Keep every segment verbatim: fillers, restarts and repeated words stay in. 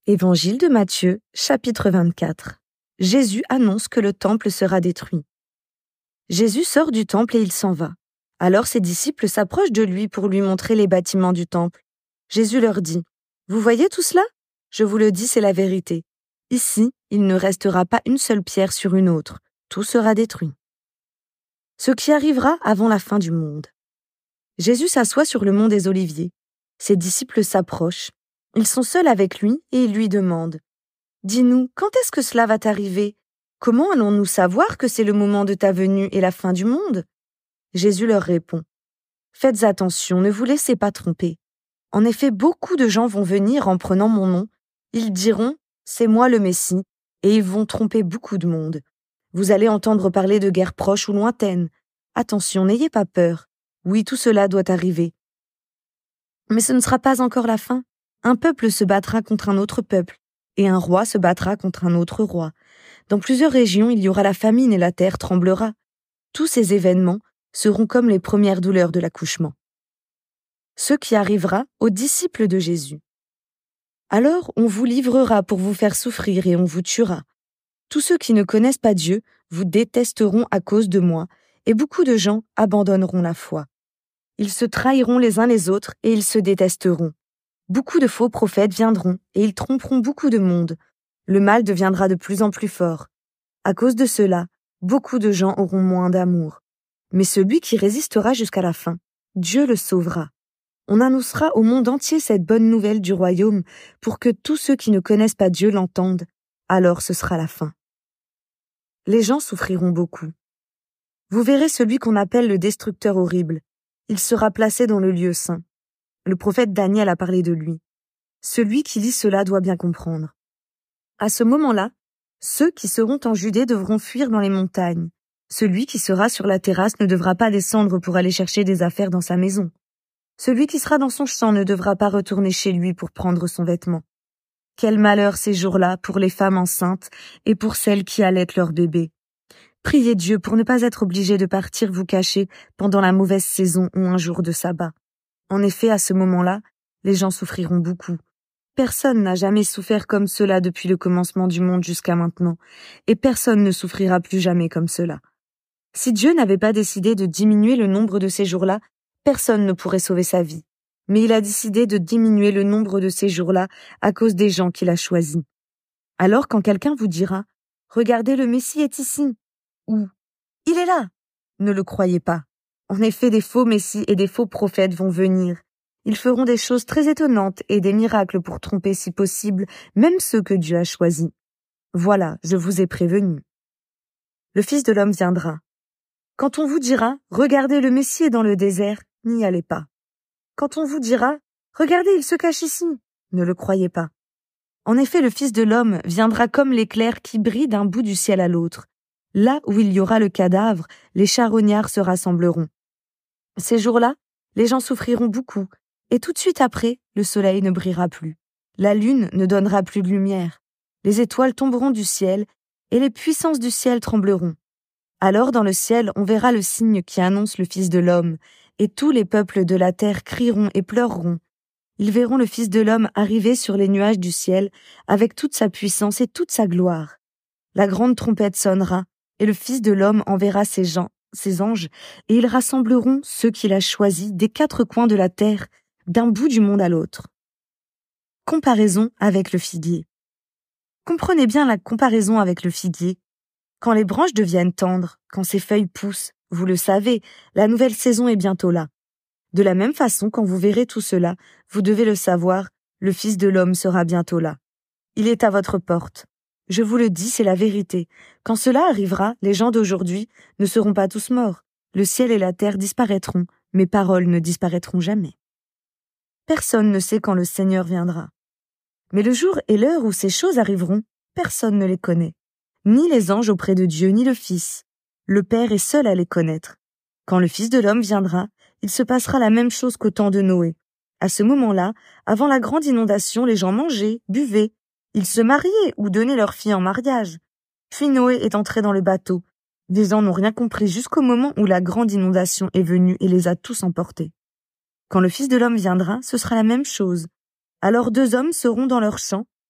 Évangile de Matthieu, chapitre vingt-quatre. Jésus annonce que le temple sera détruit. Jésus sort du temple et il s'en va. Alors ses disciples s'approchent de lui pour lui montrer les bâtiments du temple. Jésus leur dit : « Vous voyez tout cela ? Je vous le dis, c'est la vérité. Ici, il ne restera pas une seule pierre sur une autre. Tout sera détruit. » Ce qui arrivera avant la fin du monde. Jésus s'assoit sur le mont des Oliviers. Ses disciples s'approchent. Ils sont seuls avec lui et ils lui demandent : « Dis-nous, quand est-ce que cela va t'arriver ? Comment allons-nous savoir que c'est le moment de ta venue et la fin du monde ?» Jésus leur répond : « Faites attention, ne vous laissez pas tromper. En effet, beaucoup de gens vont venir en prenant mon nom. Ils diront : c'est moi le Messie, et ils vont tromper beaucoup de monde. Vous allez entendre parler de guerres proches ou lointaines. Attention, n'ayez pas peur. Oui, tout cela doit arriver. Mais ce ne sera pas encore la fin. Un peuple se battra contre un autre peuple, et un roi se battra contre un autre roi. Dans plusieurs régions, il y aura la famine et la terre tremblera. Tous ces événements seront comme les premières douleurs de l'accouchement. Ce qui arrivera aux disciples de Jésus. Alors on vous livrera pour vous faire souffrir et on vous tuera. Tous ceux qui ne connaissent pas Dieu vous détesteront à cause de moi, et beaucoup de gens abandonneront la foi. Ils se trahiront les uns les autres et ils se détesteront. Beaucoup de faux prophètes viendront et ils tromperont beaucoup de monde. Le mal deviendra de plus en plus fort. À cause de cela, beaucoup de gens auront moins d'amour. Mais celui qui résistera jusqu'à la fin, Dieu le sauvera. On annoncera au monde entier cette bonne nouvelle du royaume pour que tous ceux qui ne connaissent pas Dieu l'entendent. Alors ce sera la fin. Les gens souffriront beaucoup. Vous verrez celui qu'on appelle le destructeur horrible. Il sera placé dans le lieu saint. Le prophète Daniel a parlé de lui. Celui qui lit cela doit bien comprendre. À ce moment-là, ceux qui seront en Judée devront fuir dans les montagnes. Celui qui sera sur la terrasse ne devra pas descendre pour aller chercher des affaires dans sa maison. Celui qui sera dans son champ ne devra pas retourner chez lui pour prendre son vêtement. Quel malheur ces jours-là pour les femmes enceintes et pour celles qui allaitent leur bébé. Priez Dieu pour ne pas être obligé de partir vous cacher pendant la mauvaise saison ou un jour de sabbat. En effet, à ce moment-là, les gens souffriront beaucoup. Personne n'a jamais souffert comme cela depuis le commencement du monde jusqu'à maintenant, et personne ne souffrira plus jamais comme cela. Si Dieu n'avait pas décidé de diminuer le nombre de ces jours-là, personne ne pourrait sauver sa vie. Mais il a décidé de diminuer le nombre de ces jours-là à cause des gens qu'il a choisis. Alors quand quelqu'un vous dira « Regardez, le Messie est ici » ou « Il est là », ne le croyez pas. En effet, des faux messies et des faux prophètes vont venir. Ils feront des choses très étonnantes et des miracles pour tromper, si possible, même ceux que Dieu a choisis. Voilà, je vous ai prévenu. Le Fils de l'homme viendra. Quand on vous dira « Regardez, le Messie est dans le désert », n'y allez pas. Quand on vous dira « Regardez, il se cache ici », ne le croyez pas. En effet, le Fils de l'homme viendra comme l'éclair qui brille d'un bout du ciel à l'autre. Là où il y aura le cadavre, les charognards se rassembleront. Ces jours-là, les gens souffriront beaucoup, et tout de suite après, le soleil ne brillera plus. La lune ne donnera plus de lumière. Les étoiles tomberont du ciel, et les puissances du ciel trembleront. Alors dans le ciel, on verra le signe qui annonce le Fils de l'homme, et tous les peuples de la terre crieront et pleureront. Ils verront le Fils de l'homme arriver sur les nuages du ciel, avec toute sa puissance et toute sa gloire. La grande trompette sonnera, et le Fils de l'homme enverra ses gens, ses anges, et ils rassembleront ceux qu'il a choisis des quatre coins de la terre, d'un bout du monde à l'autre. Comparaison avec le figuier. Comprenez bien la comparaison avec le figuier. Quand les branches deviennent tendres, quand ses feuilles poussent, vous le savez, la nouvelle saison est bientôt là. De la même façon, quand vous verrez tout cela, vous devez le savoir, le Fils de l'homme sera bientôt là. Il est à votre porte. Je vous le dis, c'est la vérité. Quand cela arrivera, les gens d'aujourd'hui ne seront pas tous morts. Le ciel et la terre disparaîtront, mes paroles ne disparaîtront jamais. Personne ne sait quand le Seigneur viendra. Mais le jour et l'heure où ces choses arriveront, personne ne les connaît. Ni les anges auprès de Dieu, ni le Fils. Le Père est seul à les connaître. Quand le Fils de l'homme viendra, il se passera la même chose qu'au temps de Noé. À ce moment-là, avant la grande inondation, les gens mangeaient, buvaient. Ils se mariaient ou donnaient leurs filles en mariage. Puis Noé est entré dans le bateau. Les gens n'ont rien compris jusqu'au moment où la grande inondation est venue et les a tous emportés. Quand le Fils de l'homme viendra, ce sera la même chose. Alors deux hommes seront dans leur champ.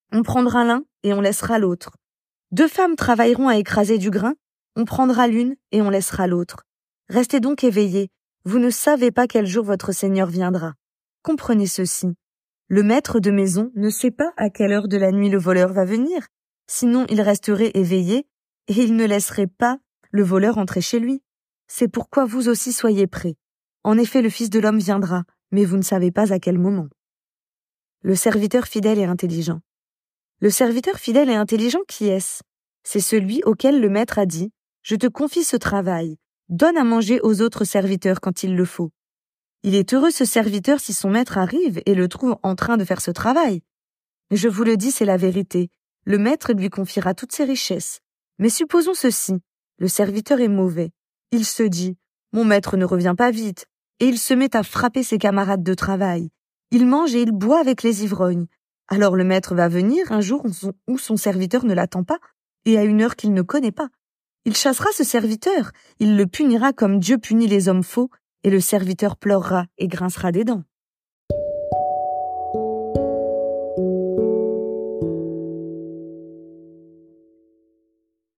On prendra l'un et on laissera l'autre. Deux femmes travailleront à écraser du grain, on prendra l'une et on laissera l'autre. Restez donc éveillés, vous ne savez pas quel jour votre Seigneur viendra. Comprenez ceci. Le maître de maison ne sait pas à quelle heure de la nuit le voleur va venir, sinon il resterait éveillé et il ne laisserait pas le voleur entrer chez lui. C'est pourquoi vous aussi soyez prêts. En effet, le Fils de l'homme viendra, mais vous ne savez pas à quel moment. Le serviteur fidèle et intelligent. Le serviteur fidèle et intelligent, qui est-ce? C'est celui auquel le maître a dit « Je te confie ce travail, donne à manger aux autres serviteurs quand il le faut ». Il est heureux ce serviteur si son maître arrive et le trouve en train de faire ce travail. Mais je vous le dis, c'est la vérité. Le maître lui confiera toutes ses richesses. Mais supposons ceci, le serviteur est mauvais. Il se dit « Mon maître ne revient pas vite » et il se met à frapper ses camarades de travail. Il mange et il boit avec les ivrognes. Alors le maître va venir un jour où son, où son serviteur ne l'attend pas et à une heure qu'il ne connaît pas. Il chassera ce serviteur, il le punira comme Dieu punit les hommes faux et le serviteur pleurera et grincera des dents.